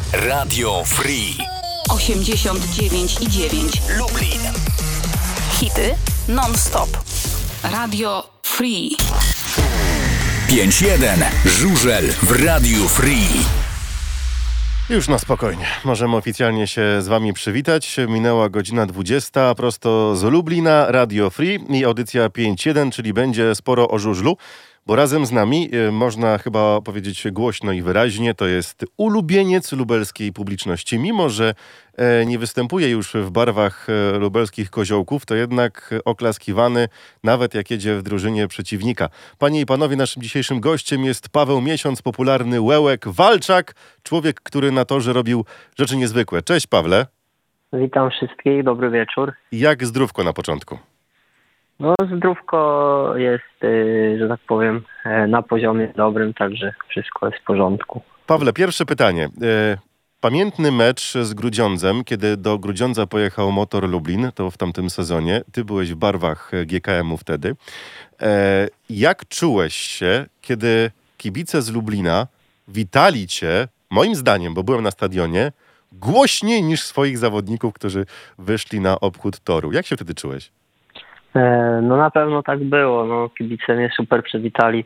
Radio Free 89,9 Lublin. Hity non-stop. Radio Free 5-1 Żużel w Radiu Free. Już na spokojnie. Możemy oficjalnie się z wami przywitać. Minęła godzina 20, prosto z Lublina, Radio Free i audycja 5.1, czyli będzie sporo o żużlu, bo razem z nami, można chyba powiedzieć głośno i wyraźnie, to jest ulubieniec lubelskiej publiczności. Mimo że nie występuje już w barwach lubelskich koziołków, to jednak oklaskiwany, nawet jak jedzie w drużynie przeciwnika. Panie i panowie, naszym dzisiejszym gościem jest Paweł Miesiąc, popularny Łełek Walczak, człowiek, który na torze robił rzeczy niezwykłe. Cześć, Pawle. Witam wszystkich, dobry wieczór. Jak zdrówko na początku? No zdrówko jest, że tak powiem, na poziomie dobrym, także wszystko jest w porządku. Pawle, pierwsze pytanie. Pamiętny mecz z Grudziądzem, kiedy do Grudziądza pojechał Motor Lublin, to w tamtym sezonie. Ty byłeś w barwach GKM-u wtedy. Jak czułeś się, kiedy kibice z Lublina witali cię, moim zdaniem, bo byłem na stadionie, głośniej niż swoich zawodników, którzy wyszli na obchód toru? Jak się wtedy czułeś? No na pewno tak było, no kibice mnie super przywitali.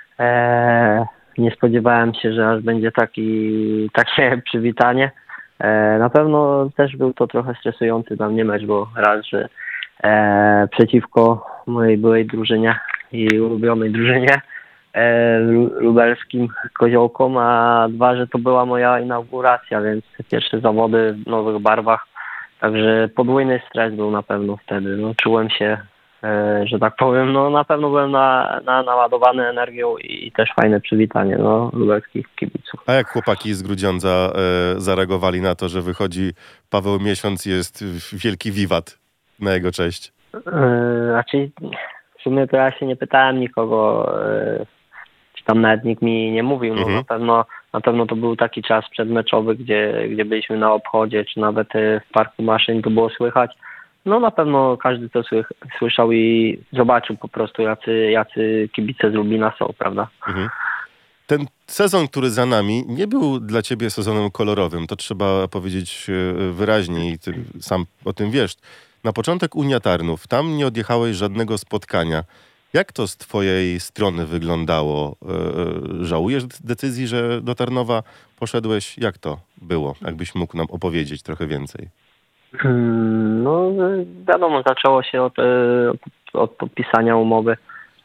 Nie spodziewałem się, że aż będzie takie przywitanie. Na pewno też był to trochę stresujący dla mnie mecz, bo raz, że przeciwko mojej byłej drużynie i ulubionej drużynie lubelskim koziołkom, a dwa, że to była moja inauguracja, więc pierwsze zawody w nowych barwach. Także podwójny stres był na pewno wtedy. No, czułem się, że tak powiem, no na pewno byłem naładowany energią i też fajne przywitanie lubelskich kibiców. A jak chłopaki z Grudziądza zareagowali na to, że wychodzi Paweł Miesiąc, jest wielki wiwat na jego cześć? Znaczy, w sumie to ja się nie pytałem nikogo, czy tam nawet nikt mi nie mówił. No, na pewno to był taki czas przedmeczowy, gdzie byliśmy na obchodzie, czy nawet w Parku Maszyn to było słychać. No na pewno każdy to słyszał i zobaczył po prostu, jacy kibice z Lublina są, prawda? Ten sezon, który za nami, nie był dla ciebie sezonem kolorowym. To trzeba powiedzieć wyraźnie i ty sam o tym wiesz. Na początek Unia Tarnów. Tam nie odjechałeś żadnego spotkania. Jak to z twojej strony wyglądało? Żałujesz decyzji, że do Tarnowa poszedłeś? Jak to było? Jakbyś mógł nam opowiedzieć trochę więcej? No wiadomo, zaczęło się od podpisania umowy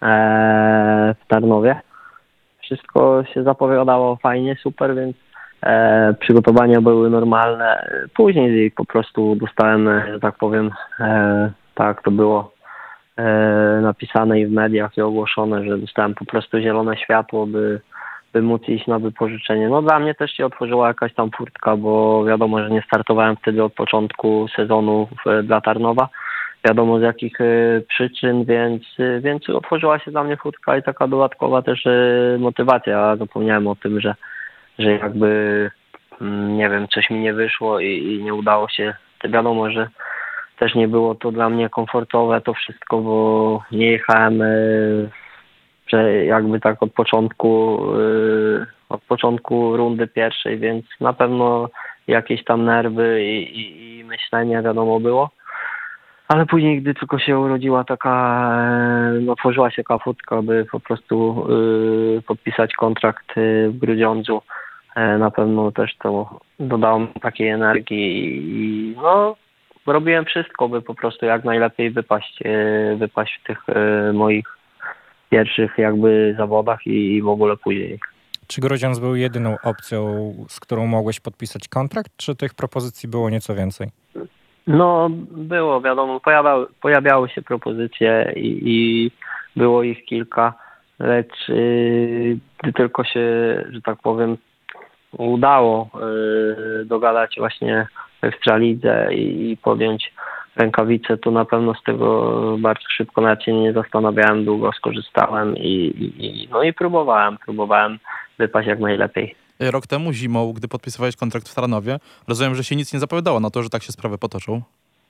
w Tarnowie. Wszystko się zapowiadało fajnie, super, więc przygotowania były normalne. Później po prostu dostałem, że tak powiem, tak to było napisane i w mediach i ogłoszone, że dostałem po prostu zielone światło, by móc iść na wypożyczenie. No dla mnie też się otworzyła jakaś tam furtka, bo wiadomo, że nie startowałem wtedy od początku sezonu dla Tarnowa. Wiadomo z jakich przyczyn, więc otworzyła się dla mnie furtka i taka dodatkowa też motywacja. Ja zapomniałem o tym, że jakby nie wiem, coś mi nie wyszło i nie udało się. Wiadomo, że też nie było to dla mnie komfortowe to wszystko, bo nie jechałem jakby tak od początku rundy pierwszej, więc na pewno jakieś tam nerwy i myślenie wiadomo było. Ale później, gdy tylko się urodziła otworzyła się taka furtka, by po prostu podpisać kontrakt w Grudziądzu, na pewno też to dodało mi takiej energii i robiłem wszystko, by po prostu jak najlepiej wypaść w tych moich pierwszych jakby zawodach i w ogóle później. Czy Grudziądz był jedyną opcją, z którą mogłeś podpisać kontrakt, czy tych propozycji było nieco więcej? No było, wiadomo, pojawiały się propozycje i było ich kilka, lecz gdy tylko się, że tak powiem, udało dogadać właśnie w Ekstralidze i podjąć rękawice, to na pewno z tego bardzo szybko, nawet się nie zastanawiałem, długo skorzystałem i próbowałem wypaść jak najlepiej. Rok temu zimą, gdy podpisywałeś kontrakt w Tarnowie, rozumiem, że się nic nie zapowiadało na to, że tak się sprawy potoczą?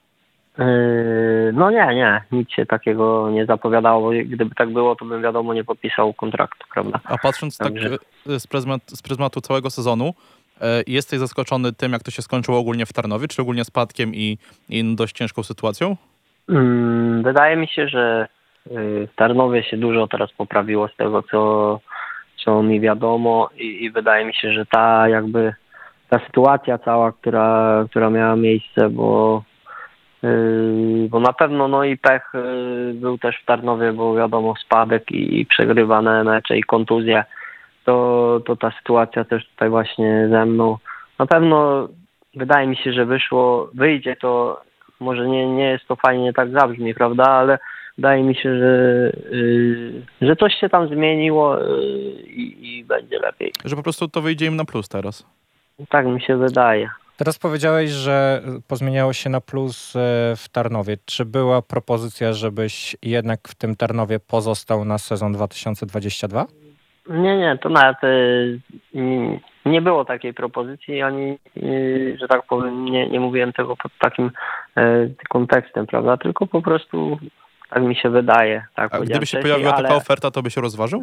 No nie, nic się takiego nie zapowiadało. Gdyby tak było, to bym wiadomo nie podpisał kontraktu, prawda? A patrząc tak z pryzmatu całego sezonu, Jesteś zaskoczony tym, jak to się skończyło ogólnie w Tarnowie, czy ogólnie spadkiem i dość ciężką sytuacją? Wydaje mi się, że w Tarnowie się dużo teraz poprawiło z tego, co mi wiadomo i wydaje mi się, że ta sytuacja cała, która miała miejsce, bo na pewno no i pech był też w Tarnowie, bo wiadomo spadek i przegrywane mecze i kontuzje, to ta sytuacja też tutaj właśnie ze mną. Na pewno wydaje mi się, że wyjdzie to, może nie jest to fajnie tak zabrzmi, prawda, ale wydaje mi się, że coś się tam zmieniło i będzie lepiej. Że po prostu to wyjdzie im na plus teraz. Tak mi się wydaje. Teraz powiedziałeś, że pozmieniało się na plus w Tarnowie. Czy była propozycja, żebyś jednak w tym Tarnowie pozostał na sezon 2022? Nie, to nawet nie było takiej propozycji, ani, że tak powiem, nie mówiłem tego pod takim kontekstem, prawda, tylko po prostu tak mi się wydaje. Tak A gdyby się pojawiła taka oferta, to by się rozważył?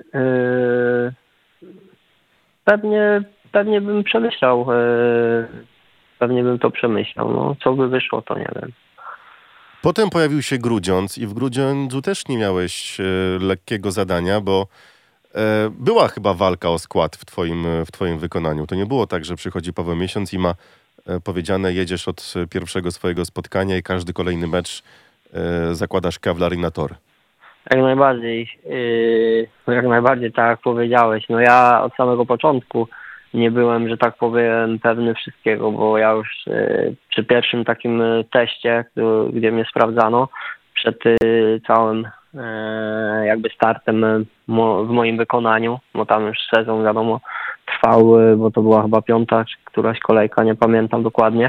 Pewnie bym przemyślał, pewnie bym to przemyślał. No, co by wyszło, to nie wiem. Potem pojawił się Grudziądz i w Grudziądzu też nie miałeś lekkiego zadania, bo była chyba walka o skład w twoim wykonaniu. To nie było tak, że przychodzi Paweł Miesiąc i ma powiedziane, jedziesz od pierwszego swojego spotkania i każdy kolejny mecz zakładasz kewlar na tor. Jak najbardziej, tak jak powiedziałeś. No ja od samego początku nie byłem, że tak powiem, pewny wszystkiego, bo ja już przy pierwszym takim teście, gdzie mnie sprawdzano, przed całym jakby startem w moim wykonaniu, bo tam już sezon wiadomo trwał, bo to była chyba 5. czy któraś kolejka, nie pamiętam dokładnie.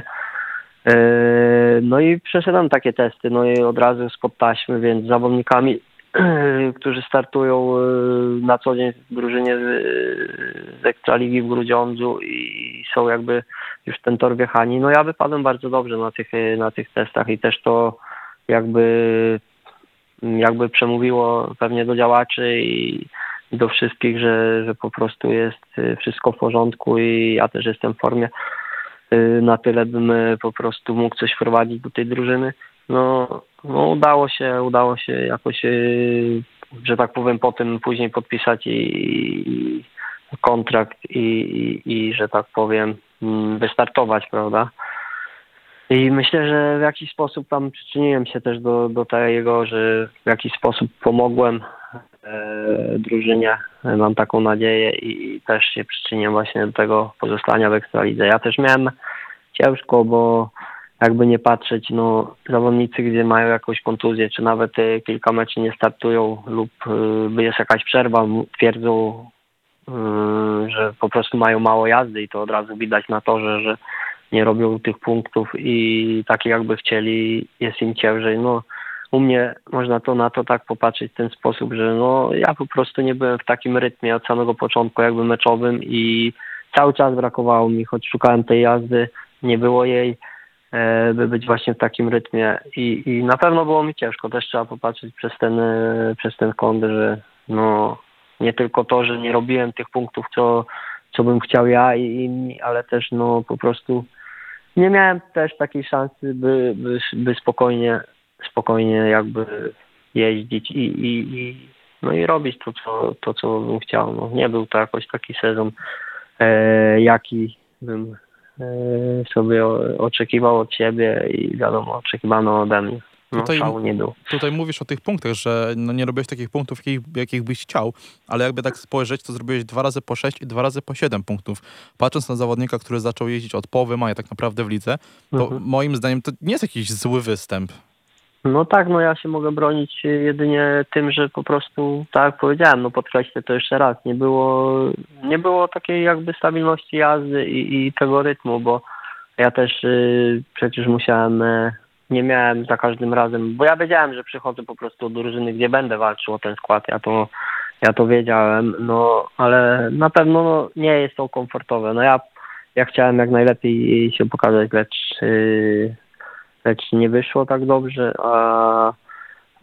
No i przeszedłem takie testy, no i od razu spod taśmy, więc z zawodnikami, którzy startują na co dzień w drużynie z Ekstraligi w Grudziądzu i są jakby już w ten tor wjechani. No ja wypadłem bardzo dobrze na tych testach i też to jakby przemówiło pewnie do działaczy i do wszystkich, że po prostu jest wszystko w porządku i ja też jestem w formie. Na tyle bym po prostu mógł coś wprowadzić do tej drużyny. No udało się jakoś, że tak powiem, potem później podpisać i kontrakt i że tak powiem wystartować, prawda? I myślę, że w jakiś sposób tam przyczyniłem się też do tego, że w jakiś sposób pomogłem drużynie. Mam taką nadzieję i też się przyczynię właśnie do tego pozostania w Ekstralidze. Ja też miałem ciężko, bo jakby nie patrzeć, no zawodnicy, gdzie mają jakąś kontuzję, czy nawet kilka meczy nie startują lub jest jakaś przerwa, twierdzą, że po prostu mają mało jazdy i to od razu widać na torze, że nie robią tych punktów i tak jakby chcieli, jest im ciężej. No u mnie można na to tak popatrzeć w ten sposób, że no ja po prostu nie byłem w takim rytmie od samego początku jakby meczowym i cały czas brakowało mi, choć szukałem tej jazdy, nie było jej, by być właśnie w takim rytmie i na pewno było mi ciężko. Też trzeba popatrzeć przez ten kąt, że no nie tylko to, że nie robiłem tych punktów, co bym chciał ja i inni, ale też no po prostu nie miałem też takiej szansy, by spokojnie jakby jeździć i robić to, co bym chciał. No, nie był to jakoś taki sezon, jaki bym sobie oczekiwał od siebie i wiadomo, oczekiwano ode mnie. No, szału nie było. Tutaj mówisz o tych punktach, że no nie robiłeś takich punktów, jakich byś chciał, ale jakby tak spojrzeć, to zrobiłeś 2 razy po 6 i 2 razy po 7 punktów. Patrząc na zawodnika, który zaczął jeździć od połowy maja tak naprawdę w lidze, to moim zdaniem to nie jest jakiś zły występ. No tak, no ja się mogę bronić jedynie tym, że po prostu, tak jak powiedziałem, no podkreślę to jeszcze raz, nie było takiej jakby stabilności jazdy i tego rytmu, bo ja też przecież nie miałem za każdym razem, bo ja wiedziałem, że przychodzę po prostu do drużyny, gdzie będę walczył o ten skład, ja to wiedziałem, no ale na pewno no, nie jest to komfortowe. No ja chciałem jak najlepiej się pokazać, lecz nie wyszło tak dobrze,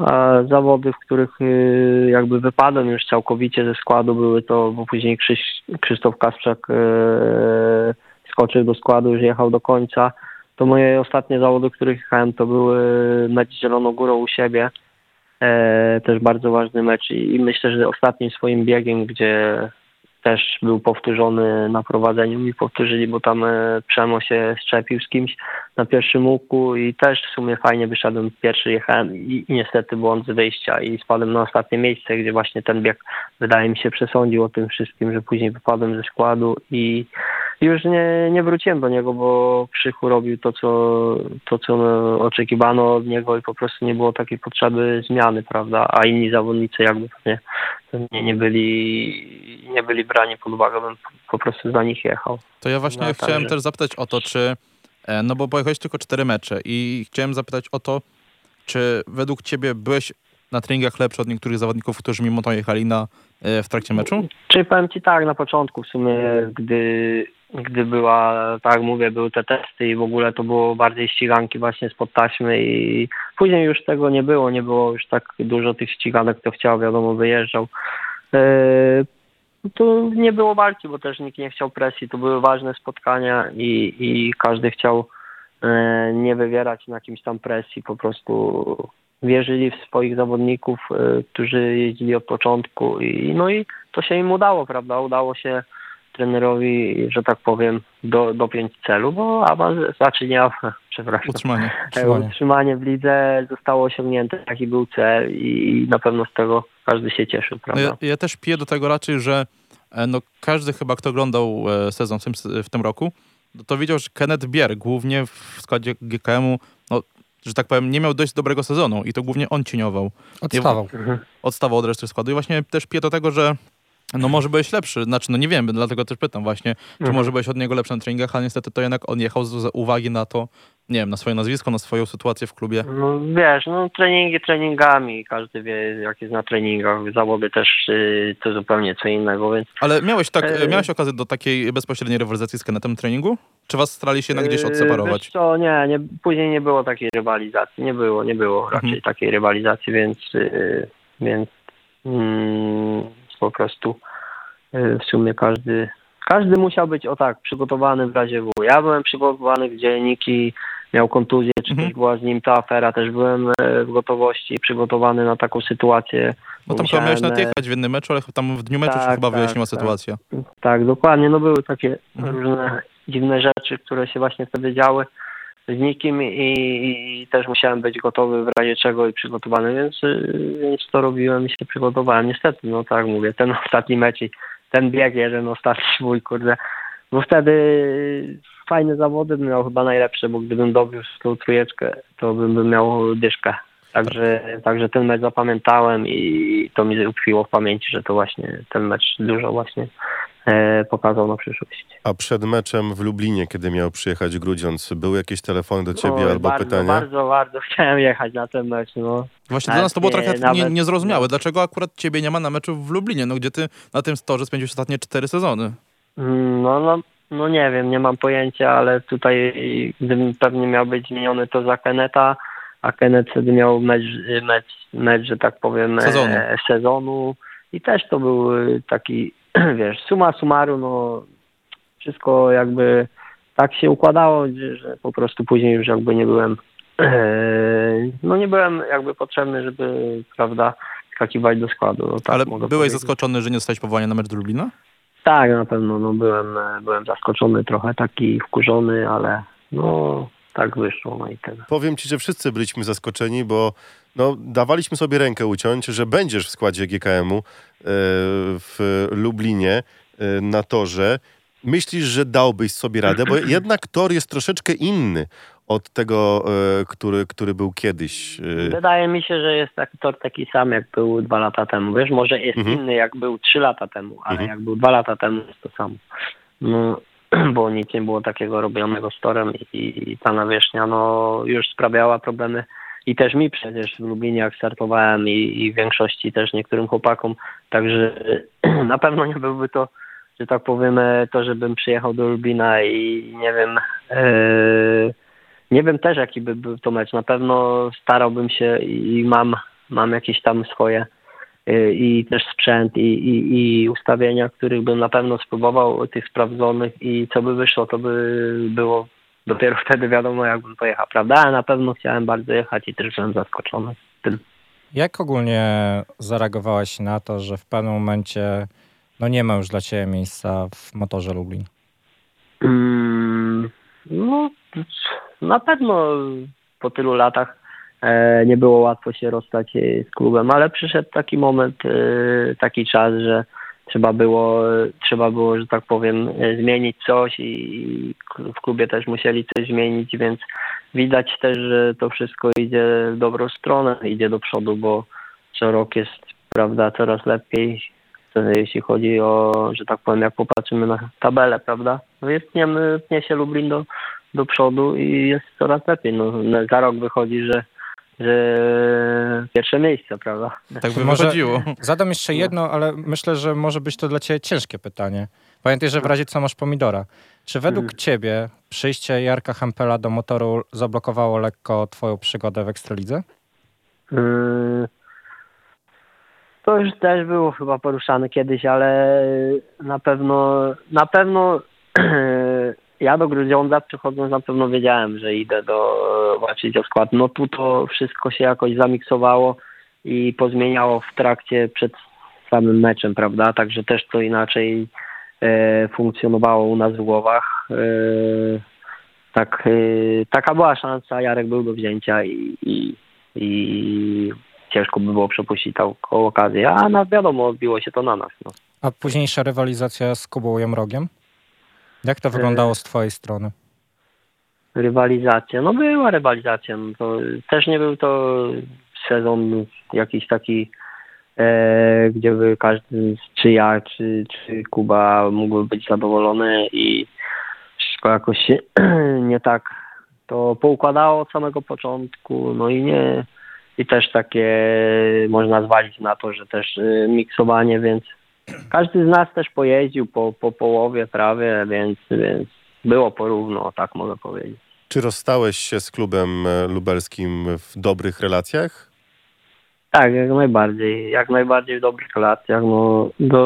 A zawody, w których jakby wypadłem już całkowicie ze składu były to, bo później Krzysztof Kasprzak skoczył do składu, już jechał do końca. To moje ostatnie zawody, których jechałem, to były mecz z Zieloną Górą u siebie. Też bardzo ważny mecz i myślę, że ostatnim swoim biegiem, gdzie też był powtórzony na prowadzeniu, mi powtórzyli, bo tam Przemo się szczepił z kimś na pierwszym łuku i też w sumie fajnie wyszedłem, pierwszy jechałem i niestety błąd z wyjścia i spadłem na ostatnie miejsce, gdzie właśnie ten bieg wydaje mi się przesądził o tym wszystkim, że później wypadłem ze składu i już nie wróciłem do niego, bo Krzychu robił to, co oczekiwano od niego i po prostu nie było takiej potrzeby zmiany, prawda? A inni zawodnicy jakby pewnie nie byli brani pod uwagę, bym po prostu za nich jechał. To ja właśnie No, chciałem także. też zapytać o to, czy, no bo pojechałeś tylko 4 mecze i chciałem zapytać o to, czy według ciebie byłeś na treningach lepszy od niektórych zawodników, którzy mimo to jechali w trakcie meczu? Czyli powiem Ci tak, na początku w sumie, gdy były te testy i w ogóle to było bardziej ściganki właśnie spod taśmy i później już tego nie było już tak dużo tych ściganek, kto chciał, wiadomo, wyjeżdżał. Tu nie było walki, bo też nikt nie chciał presji, to były ważne spotkania i każdy chciał nie wywierać na kimś tam presji, po prostu wierzyli w swoich zawodników, którzy jeździli od początku i to się im udało, prawda? Udało się trenerowi, że tak powiem, dopiąć celu, bo utrzymanie w lidze zostało osiągnięte, taki był cel i na pewno z tego każdy się cieszył, prawda? No ja też piję do tego raczej, że każdy chyba, kto oglądał sezon w tym roku, to widział, że Kenneth Bier głównie w składzie GKM-u, że tak powiem, nie miał dość dobrego sezonu i to głównie on cieniował. Odstawał od reszty składu i właśnie też piję do tego, że może byłeś lepszy, nie wiem, dlatego też pytam właśnie, czy może byłeś od niego lepszy na treningach, ale niestety to jednak on jechał z uwagi na to, nie wiem, na swoje nazwisko, na swoją sytuację w klubie. No wiesz, treningi treningami, każdy wie, jak jest na treningach, zawody też to zupełnie co innego, więc... Ale miałeś okazję do takiej bezpośredniej rywalizacji z Kennethem treningu? Czy was starali się jednak gdzieś odseparować? Wiesz co, później nie było takiej rywalizacji, nie było raczej takiej rywalizacji, więc po prostu w sumie każdy musiał być przygotowany w razie W. Ja byłem przygotowany, gdzie Niki miał kontuzję, czy też była z nim ta afera, też byłem w gotowości przygotowany na taką sytuację. No tam chyba miałeś nawet jechać w jednym meczu, ale tam w dniu meczu się chyba wyjaśniła sytuacja. Tak, dokładnie. Były takie różne dziwne rzeczy, które się właśnie wtedy działy z nikim i też musiałem być gotowy w razie czego i przygotowany, więc to robiłem i się przygotowałem. Niestety, mówię, ten ostatni mecz i ten bieg jeden ostatni mój, bo wtedy fajne zawody bym miał chyba najlepsze, bo gdybym dobił tą trójeczkę, to bym miał dyszkę. Także ten mecz zapamiętałem i to mi utkwiło w pamięci, że to właśnie ten mecz dużo właśnie pokazał na przyszłość. A przed meczem w Lublinie, kiedy miał przyjechać Grudziądz, były jakieś telefony do ciebie albo pytania? Bardzo chciałem jechać na ten mecz. Właśnie dla nas to było trochę niezrozumiałe. Dlaczego akurat ciebie nie ma na meczu w Lublinie, gdzie ty na tym torze spędziłeś ostatnie 4 sezony? Nie wiem, nie mam pojęcia, ale tutaj gdybym pewnie miał być zmieniony to za Kenneta, a Kenneth wtedy miał mecz, że tak powiem, sezonu i też to był taki, wiesz, summa summarum, wszystko jakby tak się układało, że po prostu później już jakby nie byłem jakby potrzebny, żeby, prawda, skakiwać do składu. Ale byłeś zaskoczony, że nie dostałeś powołania na mecz do Lublina? Tak, na pewno, byłem zaskoczony, trochę taki wkurzony, ale tak wyszło, i tyle. Powiem ci, że wszyscy byliśmy zaskoczeni, bo dawaliśmy sobie rękę uciąć, że będziesz w składzie GKM-u w Lublinie na torze. Myślisz, że dałbyś sobie radę? Bo jednak tor jest troszeczkę inny od tego, który był kiedyś. Wydaje mi się, że jest tor taki sam, jak był 2 lata temu. Wiesz, może jest inny, jak był 3 lata temu, ale jak był 2 lata temu, jest to samo. Bo nic nie było takiego robionego z torem i ta nawierzchnia już sprawiała problemy. I też mi przecież w Lublinie, jak startowałem i w większości też niektórym chłopakom. Także na pewno nie byłby to, że tak powiem, to, żebym przyjechał do Lublina i nie wiem też, jaki by był to mecz. Na pewno starałbym się i mam jakieś tam swoje i też sprzęt i ustawienia, których bym na pewno spróbował, tych sprawdzonych i co by wyszło, to by było dopiero wtedy wiadomo, jakbym pojechał, prawda? Ale na pewno chciałem bardzo jechać i też byłem zaskoczony tym. Jak ogólnie zareagowałeś na to, że w pewnym momencie nie ma już dla ciebie miejsca w Motorze Lublin? No, na pewno po tylu latach nie było łatwo się rozstać z klubem, ale przyszedł taki moment, taki czas, że trzeba było, że tak powiem, zmienić coś i w klubie też musieli coś zmienić, więc widać też, że to wszystko idzie w dobrą stronę, idzie do przodu, bo co rok jest, prawda, coraz lepiej, jeśli chodzi o, że tak powiem, jak popatrzymy na tabelę, prawda, pnie się Lublin do przodu i jest coraz lepiej. No, za rok wychodzi, że pierwsze miejsce, prawda? Tak by wychodziło. Zadam jeszcze jedno, ale myślę, że może być to dla ciebie ciężkie pytanie. Pamiętaj, że w razie co masz pomidora. Czy według ciebie przyjście Jarka Hempela do Motoru zablokowało lekko twoją przygodę w Ekstralidze? To już też było chyba poruszane kiedyś, ale na pewno ja do Grudziądza przychodząc na pewno wiedziałem, że idę walczyć o skład. No tu to wszystko się jakoś zamiksowało i pozmieniało w trakcie przed samym meczem, prawda? Także też to inaczej funkcjonowało u nas w głowach. Taka była szansa, Jarek był do wzięcia i ciężko by było przepuścić tą okazję, a wiadomo, odbiło się to na nas. No. A późniejsza rywalizacja z Kubą Jamrogiem? Jak to wyglądało z twojej strony? Rywalizacja? No była rywalizacja. No to też nie był to sezon jakiś taki, gdzie by każdy, czy ja, czy Kuba mógłby być zadowolony i wszystko jakoś się nie tak to poukładało od samego początku. No i też takie można zwalić na to, że też miksowanie, więc każdy z nas też pojeździł po połowie prawie, więc było porówno, tak mogę powiedzieć. Czy rozstałeś się z klubem lubelskim w dobrych relacjach? Tak, jak najbardziej. Jak najbardziej w dobrych relacjach. No,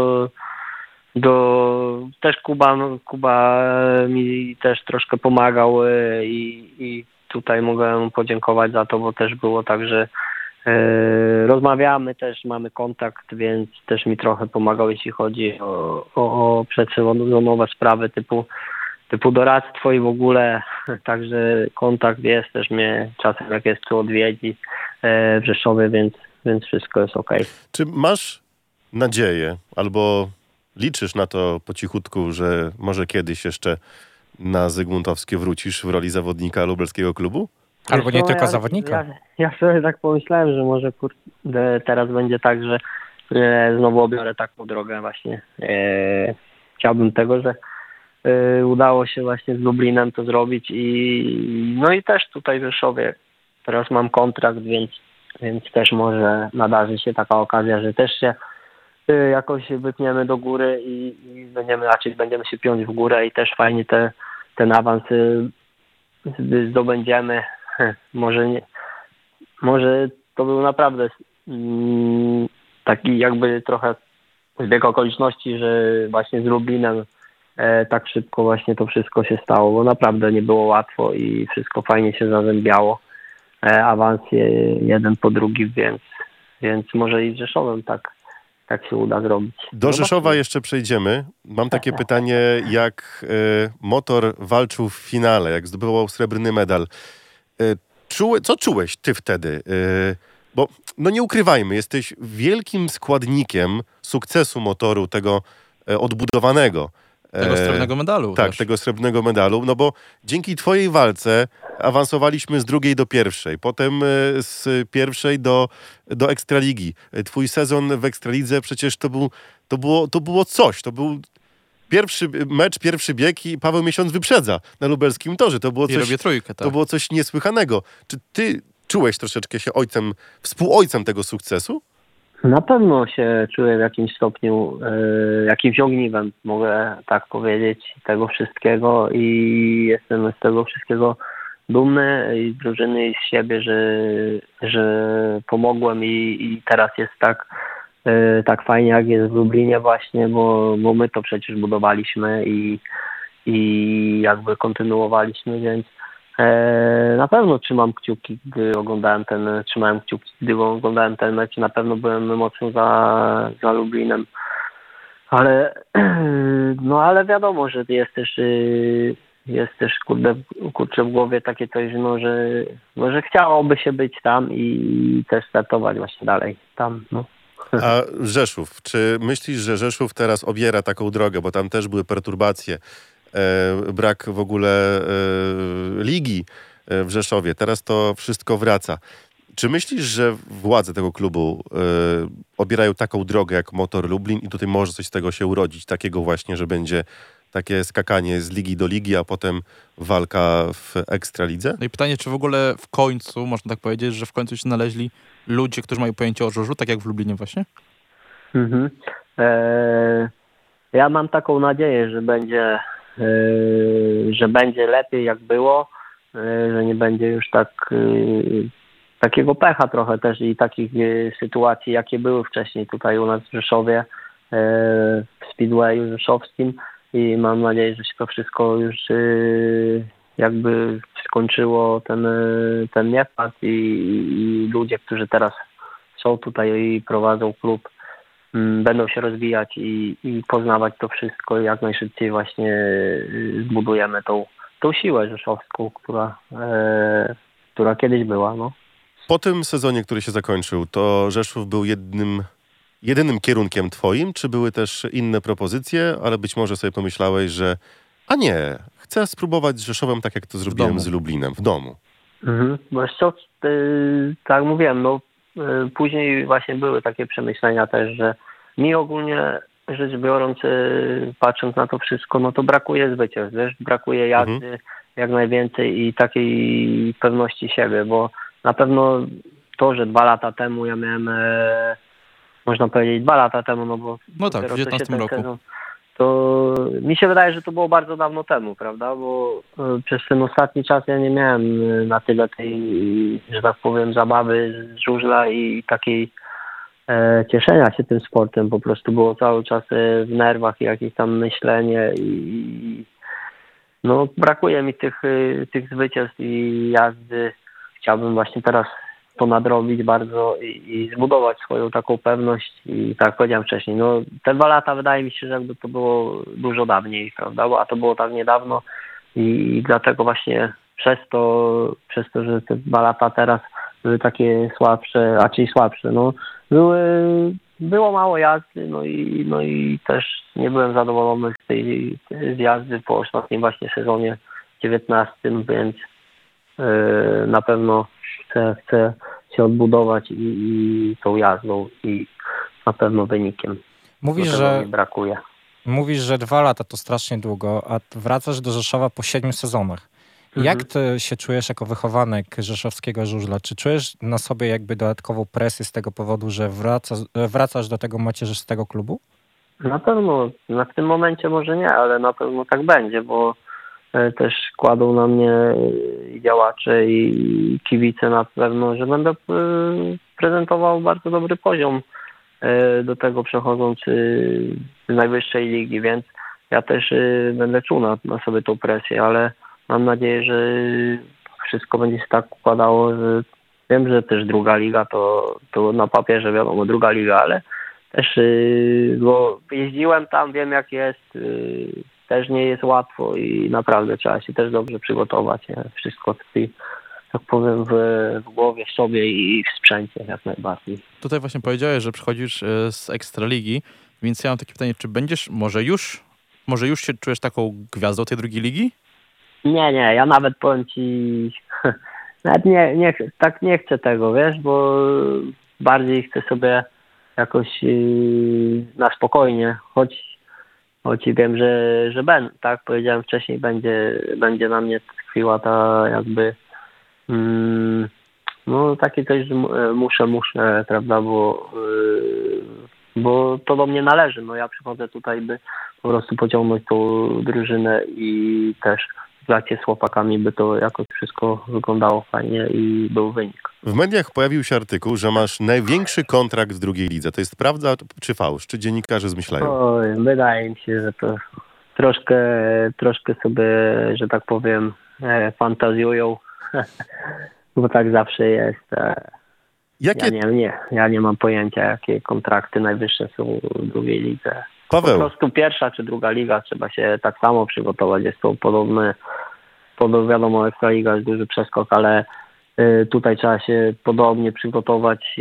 też Kuba mi też troszkę pomagał i tutaj mogę mu podziękować za to, bo też było tak, że rozmawiamy też, mamy kontakt, więc też mi trochę pomagał, jeśli chodzi o przedsezonowe sprawy typu doradztwo i w ogóle, także kontakt jest, też mnie czasem jak jest tu odwiedzi w Rzeszowie, więc wszystko jest okej. Czy masz nadzieję albo liczysz na to po cichutku, że może kiedyś jeszcze na Zygmuntowskie wrócisz w roli zawodnika lubelskiego klubu? Albo nie tylko zawodnika. Ja sobie tak pomyślałem, że może teraz będzie tak, że znowu obiorę taką drogę właśnie. Chciałbym tego, że udało się właśnie z Lublinem to zrobić i też tutaj w Rzeszowie teraz mam kontrakt, więc też może nadarzy się taka okazja, że też się jakoś wypniemy do góry i będziemy się piąć w górę i też fajnie ten awans zdobędziemy. Może to był naprawdę taki jakby trochę zbieg okoliczności, że właśnie z Lublinem tak szybko właśnie to wszystko się stało, bo naprawdę nie było łatwo i wszystko fajnie się zazębiało. Awans jeden po drugim, więc może i z Rzeszowem tak się uda zrobić. Do Rzeszowa jeszcze przejdziemy. Mam takie pytanie, jak Motor walczył w finale, jak zdobywał srebrny medal. Co czułeś ty wtedy? Bo nie ukrywajmy, jesteś wielkim składnikiem sukcesu Motoru, tego odbudowanego. Tego srebrnego medalu. Tak, też. tego srebrnego medalu, no bo dzięki twojej walce awansowaliśmy z drugiej do pierwszej, potem z pierwszej do Ekstraligi. Twój sezon w Ekstralidze przecież to było coś, to był pierwszy mecz, pierwszy bieg i Paweł Miesiąc wyprzedza na lubelskim torze. To było robię trójkę, tak. To było coś niesłychanego. Czy ty czułeś troszeczkę się współojcem tego sukcesu? Na pewno się czuję w jakimś stopniu, jakimś ogniwem, mogę tak powiedzieć, tego wszystkiego i jestem z tego wszystkiego dumny i z drużyny i z siebie, że pomogłem i teraz jest tak fajnie, jak jest w Lublinie właśnie, bo my to przecież budowaliśmy i jakby kontynuowaliśmy, więc na pewno trzymałem kciuki, gdy oglądałem ten mecz. Na pewno byłem mocno za Lublinem. Ale wiadomo, że jest też kurczę w głowie takie coś, że chciałoby się być tam i też startować właśnie dalej tam. No. A Rzeszów, czy myślisz, że Rzeszów teraz obiera taką drogę, bo tam też były perturbacje, brak w ogóle ligi w Rzeszowie, teraz to wszystko wraca. Czy myślisz, że władze tego klubu obierają taką drogę jak Motor Lublin i tutaj może coś z tego się urodzić, takiego właśnie, że będzie takie skakanie z ligi do ligi, a potem walka w Ekstralidze? No i pytanie, czy w ogóle w końcu, można tak powiedzieć, że w końcu się znaleźli ludzie, którzy mają pojęcie o żużlu, tak jak w Lublinie właśnie? Mhm. Ja mam taką nadzieję, że będzie lepiej jak było, że nie będzie już takiego pecha trochę też i takich sytuacji, jakie były wcześniej tutaj u nas w Rzeszowie, w Speedwayu rzeszowskim i mam nadzieję, że się to wszystko już jakby skończyło, ten niepad i ludzie, którzy teraz są tutaj i prowadzą klub, będą się rozwijać i poznawać to wszystko i jak najszybciej właśnie zbudujemy tą siłę rzeszowską, która kiedyś była. No. Po tym sezonie, który się zakończył, to Rzeszów był jedynym kierunkiem twoim, czy były też inne propozycje, ale być może sobie pomyślałeś, że nie, chcę spróbować z Rzeszowem tak, jak to zrobiłem z Lublinem, w domu. Bo jeszcze, tak mówiłem, później właśnie były takie przemyślenia też, że mi ogólnie rzecz biorąc, patrząc na to wszystko, no to brakuje zwycięstw, wiesz, brakuje jazdy jak najwięcej i takiej pewności siebie, bo na pewno to, że 2 lata temu ja miałem, można powiedzieć 2 lata temu, no bo no tak, w 19 roku. Sezon, to mi się wydaje, że to było bardzo dawno temu, prawda, bo przez ten ostatni czas ja nie miałem na tyle tej, że tak powiem, zabawy z żużla i takiej cieszenia się tym sportem, po prostu było cały czas w nerwach jakieś tam myślenie i no brakuje mi tych zwycięstw i jazdy. Chciałbym właśnie teraz to nadrobić bardzo i zbudować swoją taką pewność i tak jak powiedziałem wcześniej, no te 2 lata wydaje mi się, że jakby to było dużo dawniej, prawda, a to było tak niedawno i dlatego właśnie przez to, że te 2 lata teraz były takie słabsze, no było mało jazdy, no i też nie byłem zadowolony z jazdy po ostatnim właśnie sezonie 19, więc na pewno chcę się odbudować i tą jazdą i na pewno wynikiem. Mówisz, że mi brakuje. Mówisz, że 2 lata to strasznie długo, a wracasz do Rzeszowa po 7 sezonach. Jak ty się czujesz jako wychowanek rzeszowskiego żużla? Czy czujesz na sobie jakby dodatkową presję z tego powodu, że wracasz do tego macierzystego klubu? Na pewno, w tym momencie może nie, ale na pewno tak będzie, bo też kładą na mnie działacze i kibice na pewno, że będę prezentował bardzo dobry poziom do tego przechodząc z najwyższej ligi, więc ja też będę czuł na sobie tą presję, ale mam nadzieję, że wszystko będzie się tak układało, że wiem, że też druga liga to na papierze wiadomo, druga liga, ale też bo jeździłem tam, wiem jak jest, też nie jest łatwo i naprawdę trzeba się też dobrze przygotować. Wszystko tkwi, tak powiem, w głowie sobie i w sprzęcie jak najbardziej. Tutaj właśnie powiedziałeś, że przychodzisz z Ekstraligi, więc ja mam takie pytanie, czy będziesz może już się czujesz taką gwiazdą tej drugiej ligi? Nie, ja nawet powiem ci, nawet nie chcę tego, wiesz, bo bardziej chcę sobie jakoś na spokojnie, choć wiem, że tak powiedziałem wcześniej, będzie na mnie tkwiła ta jakby no takie coś, że muszę, prawda, bo to do mnie należy, no ja przychodzę tutaj, by po prostu pociągnąć tą drużynę i też z chłopakami by to jakoś wszystko wyglądało fajnie i był wynik. W mediach pojawił się artykuł, że masz największy kontrakt w drugiej lidze. To jest prawda czy fałsz? Czy dziennikarze zmyślają? Oj, wydaje mi się, że to troszkę sobie, że tak powiem, fantazjują, bo tak zawsze jest. Jakie... Ja nie mam pojęcia, jakie kontrakty najwyższe są w drugiej lidze. Po Paweł, prostu pierwsza czy druga liga, trzeba się tak samo przygotować. Jest to wiadomo, Ekstraliga jest duży przeskok, ale tutaj trzeba się podobnie przygotować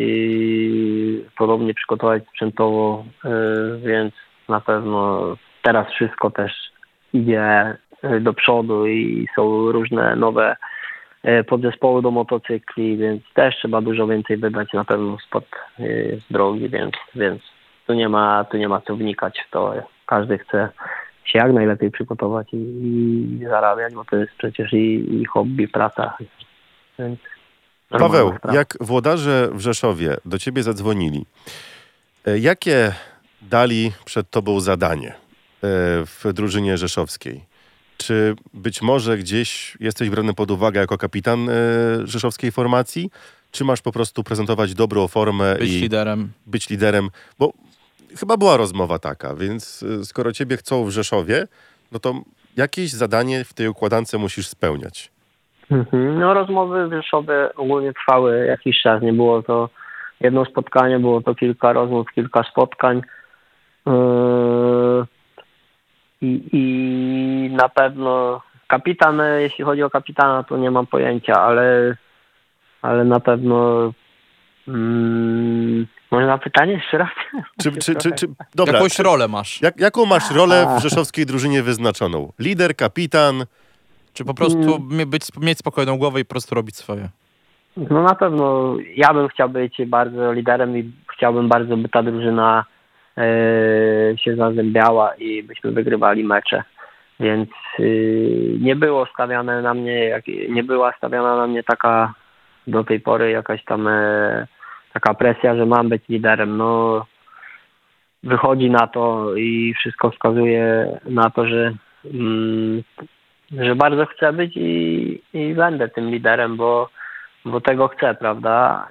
sprzętowo, więc na pewno teraz wszystko też idzie do przodu i są różne nowe podzespoły do motocykli, więc też trzeba dużo więcej wydać na pewno spod drogi, więc tu nie ma co wnikać w to. Każdy chce się jak najlepiej przygotować i zarabiać, bo to jest przecież i hobby, praca. Więc Paweł, sprawa. jak włodarze w Rzeszowie do ciebie zadzwonili, jakie dali przed tobą zadanie w drużynie rzeszowskiej? Czy być może gdzieś jesteś brany pod uwagę jako kapitan rzeszowskiej formacji? Czy masz po prostu prezentować dobrą formę Być i liderem. być liderem? Bo chyba była rozmowa taka, więc skoro ciebie chcą w Rzeszowie, no to jakieś zadanie w tej układance musisz spełniać. No rozmowy w Rzeszowie ogólnie trwały jakiś czas. Nie było to jedno spotkanie, było to kilka rozmów, kilka spotkań. I na pewno kapitan, jeśli chodzi o kapitana, to nie mam pojęcia, ale na pewno można pytanie jeszcze raz? Dobra, Jakąś rolę masz. jaką masz rolę w rzeszowskiej drużynie wyznaczoną? Lider, kapitan? Czy po prostu mieć spokojną głowę i po prostu robić swoje? No na pewno ja bym chciał być bardzo liderem i chciałbym bardzo, by ta drużyna się zazębiała i byśmy wygrywali mecze. Więc nie była stawiana na mnie taka do tej pory jakaś tam taka presja, że mam być liderem. No wychodzi na to i wszystko wskazuje na to, że bardzo chcę być i będę tym liderem, bo tego chcę, prawda?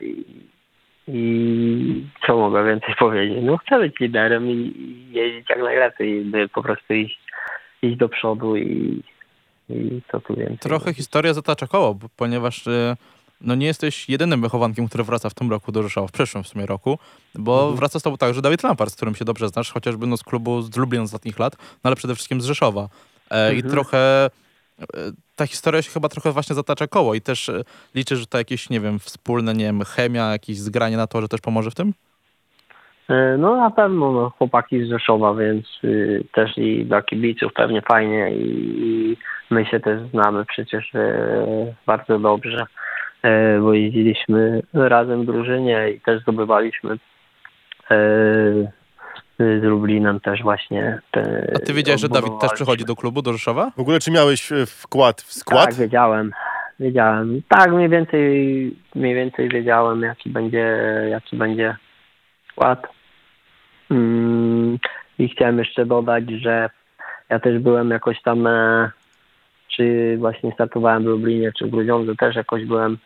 I co mogę więcej powiedzieć? No chcę być liderem i jeździć jak najlepiej, by po prostu iść do przodu i co tu więcej. Trochę historia zatacza koło, ponieważ no nie jesteś jedynym wychowankiem, który wraca w tym roku do Rzeszowa, w przyszłym w sumie roku, bo wraca z tobą także Dawid Lampard, z którym się dobrze znasz, chociażby no z klubu z Lublin z ostatnich lat, no ale przede wszystkim z Rzeszowa. I trochę ta historia się chyba trochę właśnie zatacza koło i też liczę, że to jakieś, nie wiem, wspólne, nie wiem, chemia, jakieś zgranie na to, że też pomoże w tym? No na pewno no, chłopaki z Rzeszowa, więc też i dla kibiców pewnie fajnie i my się też znamy przecież bardzo dobrze, bo jeździliśmy razem w drużynie i też zdobywaliśmy z Lublinem też właśnie. A ty wiedziałeś, że Dawid też przychodzi do klubu, do Rzeszowa? W ogóle czy miałeś wkład w skład? Tak, wiedziałem. Tak, mniej więcej wiedziałem, jaki będzie skład. I chciałem jeszcze dodać, że ja też byłem jakoś tam, czy właśnie startowałem w Lublinie, czy w Grudziądzu, też jakoś byłem,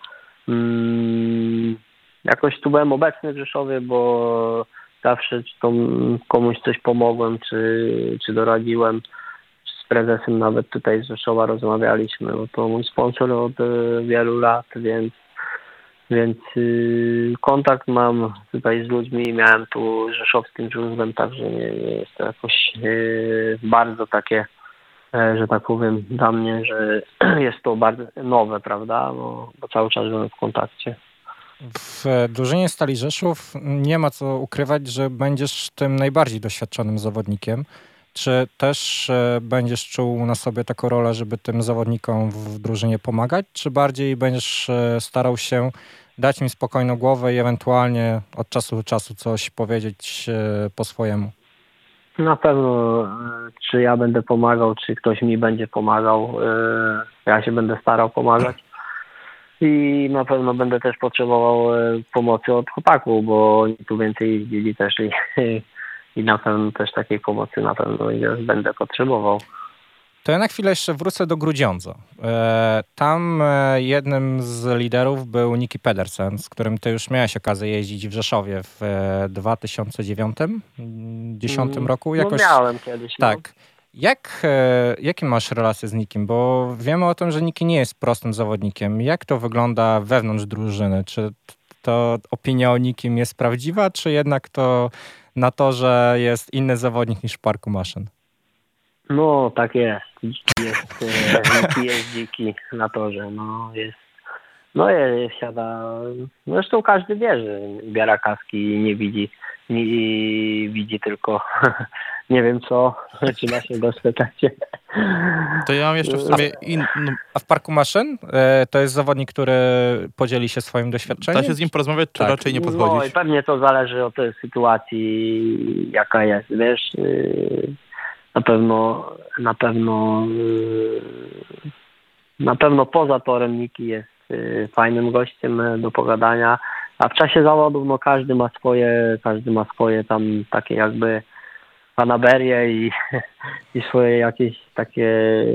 jakoś tu byłem obecny w Rzeszowie, bo zawsze czy to komuś coś pomogłem, czy doradziłem. Z prezesem nawet tutaj z Rzeszowa rozmawialiśmy, bo to mój sponsor od wielu lat, więc kontakt mam tutaj z ludźmi, miałem tu rzeszowskim żużlem, także nie jest to jakoś bardzo takie, że tak powiem, dla mnie, że jest to bardzo nowe, prawda, bo cały czas byłem w kontakcie. W drużynie Stali Rzeszów nie ma co ukrywać, że będziesz tym najbardziej doświadczonym zawodnikiem. Czy też będziesz czuł na sobie taką rolę, żeby tym zawodnikom w drużynie pomagać, czy bardziej będziesz starał się dać im spokojną głowę i ewentualnie od czasu do czasu coś powiedzieć po swojemu? Na pewno, czy ja będę pomagał, czy ktoś mi będzie pomagał, ja się będę starał pomagać. I na pewno będę też potrzebował pomocy od chłopaków, bo oni tu więcej jeździli też i na pewno też takiej pomocy na pewno będę potrzebował. To ja na chwilę jeszcze wrócę do Grudziądza. Tam jednym z liderów był Niki Pedersen, z którym ty już miałeś okazję jeździć w Rzeszowie w 2009-2010 roku. No miałem kiedyś. Tak. Jakie masz relacje z Nikim? Bo wiemy o tym, że Niki nie jest prostym zawodnikiem. Jak to wygląda wewnątrz drużyny? Czy to opinia o Nikim jest prawdziwa, czy jednak to na to, że jest inny zawodnik niż w parku maszyn? No tak jest. Niki jest dziki na torze. Siada. No zresztą każdy wie, że biera kaski i nie widzi. Widzi tylko nie wiem co, czy naszego spytacie. To ja mam jeszcze w sumie A w parku maszyn to jest zawodnik, który podzieli się swoim doświadczeniem? Da się z nim porozmawiać, czy Tak. raczej nie No podchodzić? i pewnie to zależy od tej sytuacji, jaka jest. Wiesz, na pewno poza torem Niki jest fajnym gościem do pogadania, a w czasie zawodów no każdy ma swoje tam takie jakby fanaberie i swoje jakieś takie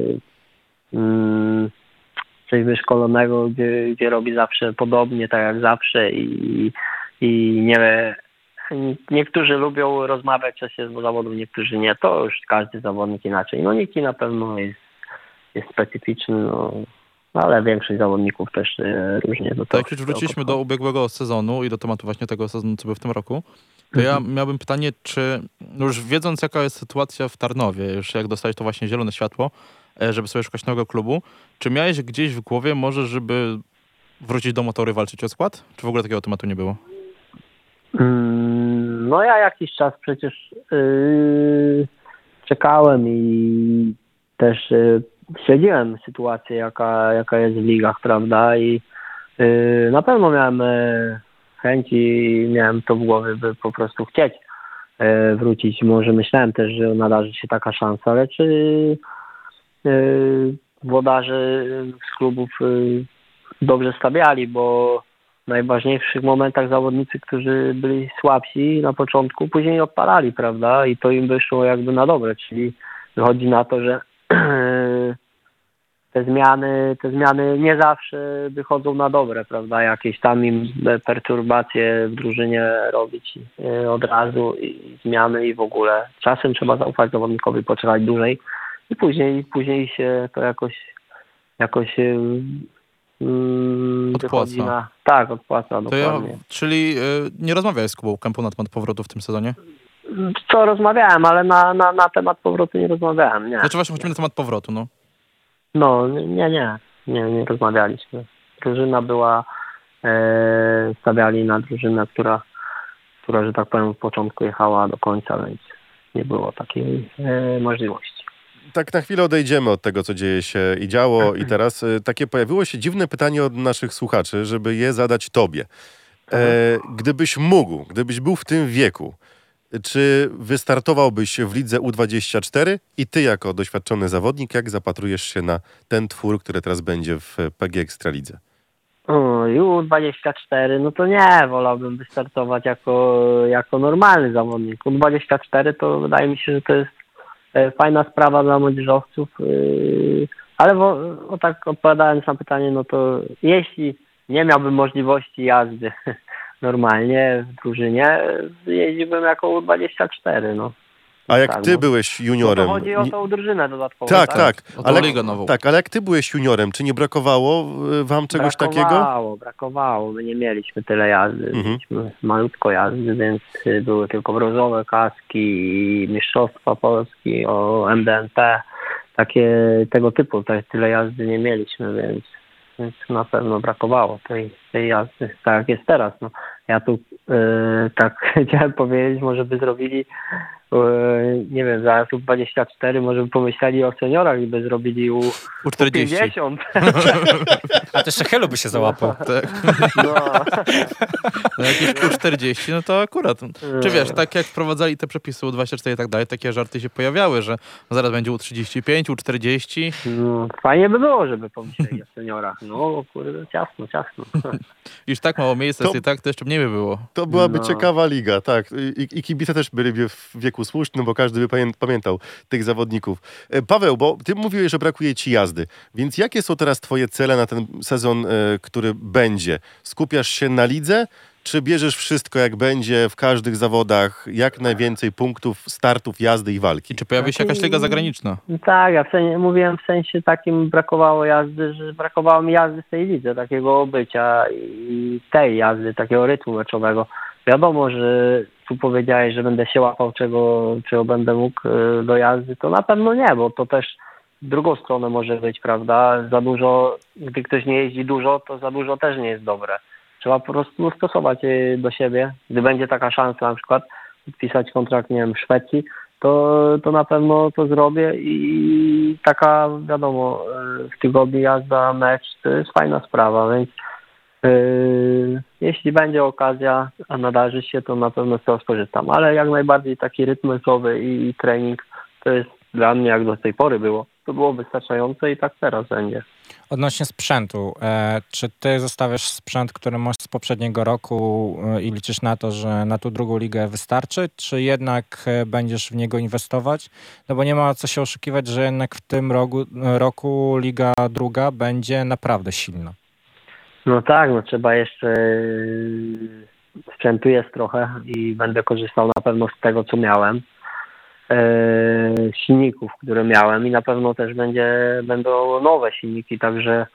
coś wyszkolonego, gdzie robi zawsze podobnie, tak jak zawsze i nie niektórzy lubią rozmawiać w czasie zawodów, niektórzy nie. To już każdy zawodnik inaczej. No Niki na pewno jest specyficzny, no, ale większość zawodników też różnie do tego. Tak, jak już wróciliśmy do ubiegłego sezonu i do tematu właśnie tego sezonu, co był w tym roku, to ja miałbym pytanie, czy już wiedząc, jaka jest sytuacja w Tarnowie, już jak dostałeś to właśnie zielone światło, żeby sobie szukać nowego klubu, czy miałeś gdzieś w głowie może, żeby wrócić do Motoru i walczyć o skład? Czy w ogóle takiego tematu nie było? No ja jakiś czas przecież czekałem i też śledziłem sytuację, jaka jest w ligach, prawda? I na pewno miałem chęć i miałem to w głowie, by po prostu chcieć wrócić. Może myślałem też, że nadarzy się taka szansa, ale czy włodarze z klubów dobrze stawiali, bo w najważniejszych momentach zawodnicy, którzy byli słabsi na początku, później odpalali, prawda? I to im wyszło jakby na dobre, czyli wychodzi na to, że te zmiany nie zawsze wychodzą na dobre, prawda? Jakieś tam im perturbacje w drużynie robić od razu i zmiany i w ogóle. Czasem trzeba zaufać zawodnikowi, poczekać dłużej i później się to jakoś wychodzi na... Tak, odpłaca, dokładnie. Czyli nie rozmawiałeś z Kubą Kępą na temat powrotu w tym sezonie? Co rozmawiałem, ale na temat powrotu nie rozmawiałem, nie. Znaczy właśnie chodzi mi na temat powrotu, no. No, nie rozmawialiśmy. Drużyna była, stawiali na drużynę, która, że tak powiem, w początku jechała do końca, więc nie było takiej możliwości. Tak na chwilę odejdziemy od tego, co dzieje się i działo i teraz takie pojawiło się dziwne pytanie od naszych słuchaczy, żeby je zadać tobie. Gdybyś był w tym wieku, czy wystartowałbyś w lidze U24 i ty jako doświadczony zawodnik, jak zapatrujesz się na ten twór, który teraz będzie w PG Ekstralidze? U24, no to nie, wolałbym wystartować jako normalny zawodnik. U24 to wydaje mi się, że to jest fajna sprawa dla młodzieżowców, ale tak odpowiadając na pytanie, no to jeśli nie miałbym możliwości jazdy normalnie w drużynie, jeździłbym jako U24, no. A jak ty byłeś juniorem... No to chodzi o tą drużynę dodatkową, tak. O tą ligę nową. Tak, ale jak ty byłeś juniorem, czy nie brakowało wam czegoś takiego? Brakowało. My nie mieliśmy tyle jazdy. Mieliśmy malutko jazdy, więc były tylko brązowe kaski, mistrzostwa Polski, MDNP. Tego typu, tyle jazdy nie mieliśmy, więc na pewno brakowało tej jazdy, tak jak jest teraz. No. Ja tu tak chciałem powiedzieć, może by zrobili, nie wiem, za U24 może by pomyśleli o seniorach i by zrobili U50. A to jeszcze Helu by się załapał. Tak. No. No jakieś U40, no to akurat. Czy wiesz, tak jak wprowadzali te przepisy U24 i tak dalej, takie żarty się pojawiały, że zaraz będzie U35, U40. No, fajnie by było, żeby pomyśleli o seniorach. No kurde, ciasno. Już tak mało miejsca, to jeszcze mniej by było. To byłaby ciekawa liga, tak. I kibice też byliby w wieku wieku słusznym, bo każdy by pamiętał tych zawodników. Paweł, bo ty mówiłeś, że brakuje ci jazdy, więc jakie są teraz twoje cele na ten sezon, który będzie? Skupiasz się na lidze, czy bierzesz wszystko jak będzie w każdych zawodach, jak najwięcej punktów, startów, jazdy i walki? I czy pojawi się jakaś liga zagraniczna? Tak, ja mówiłem w sensie takim brakowało jazdy, że brakowało mi jazdy w tej lidze, takiego bycia i tej jazdy, takiego rytmu meczowego. Wiadomo, że tu powiedziałeś, że będę się łapał, czego będę mógł do jazdy, to na pewno nie, bo to też w drugą stronę może być, prawda? Za dużo, gdy ktoś nie jeździ dużo, to za dużo też nie jest dobre. Trzeba po prostu stosować do siebie. Gdy będzie taka szansa na przykład podpisać kontrakt, nie wiem, w Szwecji, to na pewno to zrobię i taka, wiadomo, w tygodniu jazda, mecz, to jest fajna sprawa, więc jeśli będzie okazja, a nadarzy się, to na pewno z tego skorzystam, ale jak najbardziej taki rytm meczowy i trening to jest dla mnie, jak do tej pory było, to było wystarczające i tak teraz będzie. Odnośnie sprzętu, czy ty zostawiasz sprzęt, który masz z poprzedniego roku i liczysz na to, że na tą drugą ligę wystarczy, czy jednak będziesz w niego inwestować? No bo nie ma co się oszukiwać, że jednak w tym roku liga druga będzie naprawdę silna. No tak, no trzeba jeszcze, sprzętu jest trochę i będę korzystał na pewno z tego, co miałem. Silników, które miałem i na pewno też będą nowe silniki, także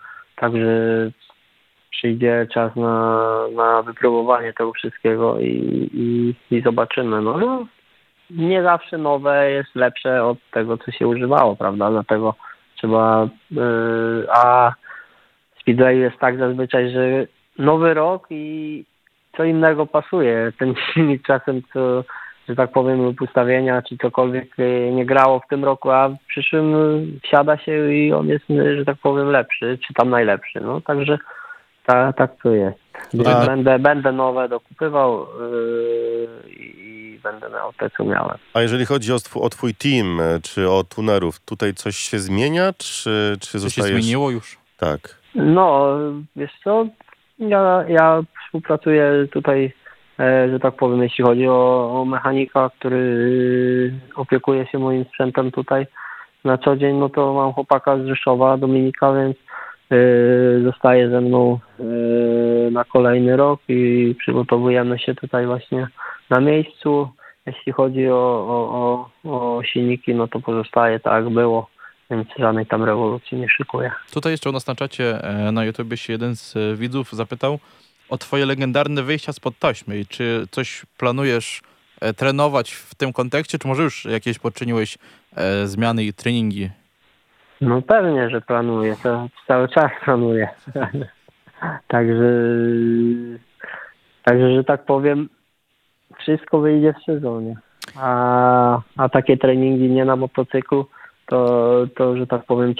przyjdzie czas na wypróbowanie tego wszystkiego i zobaczymy. No, nie zawsze nowe jest lepsze od tego, co się używało, prawda? Dlatego trzeba... A Speedway jest tak zazwyczaj, że nowy rok i co innego pasuje. Ten silnik czasem, że tak powiem, lub ustawienia, czy cokolwiek nie grało w tym roku, a w przyszłym wsiada się i on jest, że tak powiem, lepszy, czy tam najlepszy. No także tak to jest. Będę nowe dokupywał i będę miał te, co miałem. A jeżeli chodzi o twój team, czy o tunerów, tutaj coś się zmienia, czy Co się zostajesz... zmieniło już? Tak. No, wiesz co, ja współpracuję tutaj, że tak powiem, jeśli chodzi o mechanika, który opiekuje się moim sprzętem tutaj na co dzień, no to mam chłopaka z Rzeszowa, Dominika, więc zostaje ze mną na kolejny rok i przygotowujemy się tutaj właśnie na miejscu. Jeśli chodzi o silniki, no to pozostaje tak jak było, więc żadnej tam rewolucji nie szykuję. Tutaj jeszcze u nas na czacie na YouTubie się jeden z widzów zapytał o twoje legendarne wyjścia spod taśmy i czy coś planujesz trenować w tym kontekście, czy może już jakieś poczyniłeś zmiany i treningi? No pewnie, że planuję, to cały czas planuję. Także, że tak powiem, wszystko wyjdzie w sezonie. A takie treningi nie na motocyklu, to że tak powiem,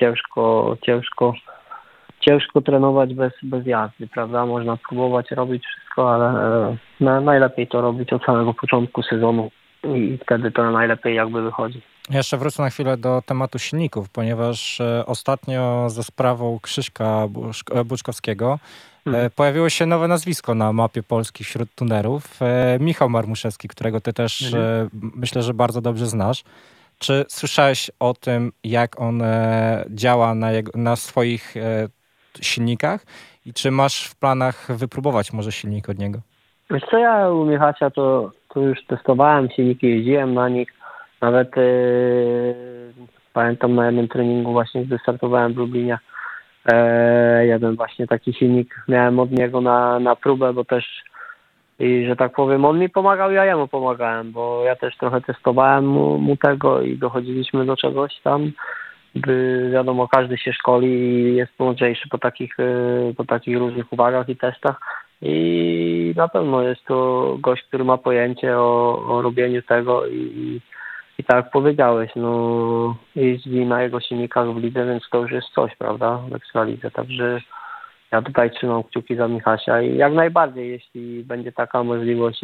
ciężko trenować bez jazdy, prawda? Można próbować robić wszystko, ale najlepiej to robić od samego początku sezonu i wtedy to najlepiej jakby wychodzi. Jeszcze wrócę na chwilę do tematu silników, ponieważ ostatnio za sprawą Krzyśka Buczkowskiego pojawiło się nowe nazwisko na mapie Polski wśród tunerów. Michał Marmuszewski, którego ty też myślę, że bardzo dobrze znasz. Czy słyszałeś o tym, jak on działa na swoich silnikach i czy masz w planach wypróbować może silnik od niego? Wiesz co, ja u Michasia to już testowałem silniki, jeździłem na nich. Nawet pamiętam na jednym treningu właśnie, gdy startowałem w Lublinie, jeden właśnie taki silnik miałem od niego na próbę, bo też i że tak powiem, on mi pomagał, ja jemu pomagałem, bo ja też trochę testowałem mu tego i dochodziliśmy do czegoś tam. Wiadomo, każdy się szkoli i jest mądrzejszy po takich różnych uwagach i testach i na pewno jest to gość, który ma pojęcie o robieniu tego i tak jak powiedziałeś, no jeździ na jego silnikach w lidze, więc to już jest coś, prawda, w Ekstralidze, także ja tutaj trzymam kciuki za Michasia i jak najbardziej, jeśli będzie taka możliwość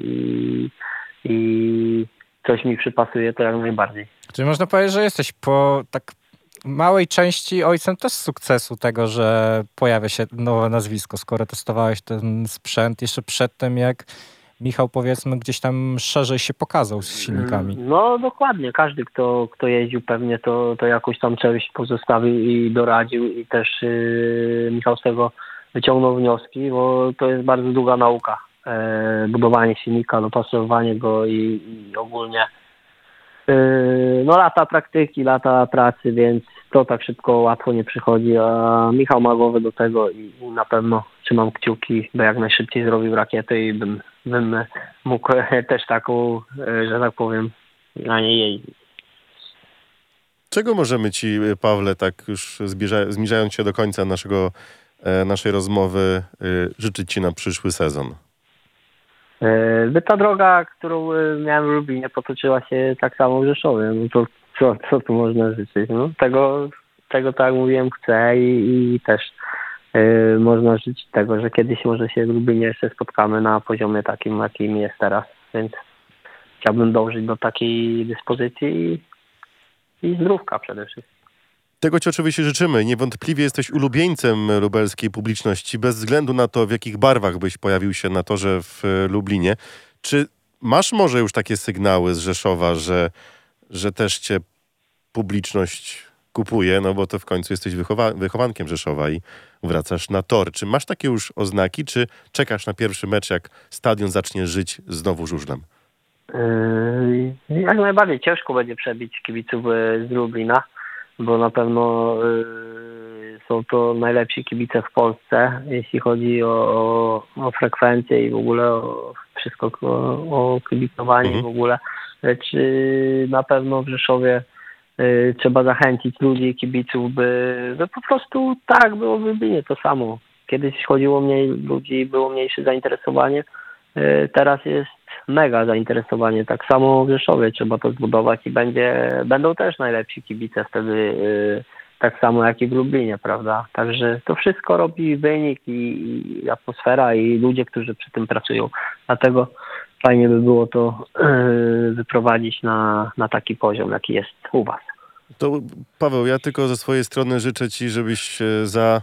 i coś mi przypasuje, to jak najbardziej. Czyli można powiedzieć, że jesteś po tak małej części ojcem też sukcesu tego, że pojawia się nowe nazwisko, skoro testowałeś ten sprzęt jeszcze przed tym, jak Michał, powiedzmy, gdzieś tam szerzej się pokazał z silnikami. No dokładnie, każdy kto jeździł pewnie to jakąś tam część pozostawił i doradził i też Michał z tego wyciągnął wnioski, bo to jest bardzo długa nauka. Budowanie silnika, dopasowywanie go i ogólnie no lata praktyki, lata pracy, więc to tak szybko, łatwo nie przychodzi, a Michał ma głowę do tego i na pewno trzymam kciuki, by jak najszybciej zrobił rakietę i bym mógł też taką, że tak powiem, na niej jeździć. Czego możemy ci, Pawle, tak już zbliżając się do końca naszej rozmowy, życzyć ci na przyszły sezon? By ta droga, którą miałem w Lublinie, potoczyła się tak samo w Rzeszowie. No to co tu można życzyć? No, tego tak jak mówiłem, chcę i też można życzyć tego, że kiedyś może się w Lublinie jeszcze spotkamy na poziomie takim, jakim jest teraz. Więc chciałbym dążyć do takiej dyspozycji i zdrówka przede wszystkim. Tego ci oczywiście życzymy. Niewątpliwie jesteś ulubieńcem lubelskiej publiczności, bez względu na to, w jakich barwach byś pojawił się na torze w Lublinie. Czy masz może już takie sygnały z Rzeszowa, że też cię publiczność kupuje, no bo to w końcu jesteś wychowankiem Rzeszowa i wracasz na tor. Czy masz takie już oznaki, czy czekasz na pierwszy mecz, jak stadion zacznie żyć znowu żużlem? Jak najbardziej ciężko będzie przebić kibiców z Lublina, bo na pewno są to najlepsi kibice w Polsce, jeśli chodzi o frekwencję i w ogóle o wszystko, o kibicowanie w ogóle. Lecz na pewno w Rzeszowie trzeba zachęcić ludzi, kibiców, by po prostu tak było w Lublinie to samo. Kiedyś chodziło mniej ludzi, było mniejsze zainteresowanie, teraz jest mega zainteresowanie. Tak samo w Rzeszowie trzeba to zbudować i będą też najlepsi kibice wtedy, tak samo jak i w Lublinie, prawda? Także to wszystko robi wynik i atmosfera i ludzie, którzy przy tym pracują. Dlatego fajnie by było to wyprowadzić na taki poziom, jaki jest u was. To Paweł, ja tylko ze swojej strony życzę ci, żebyś za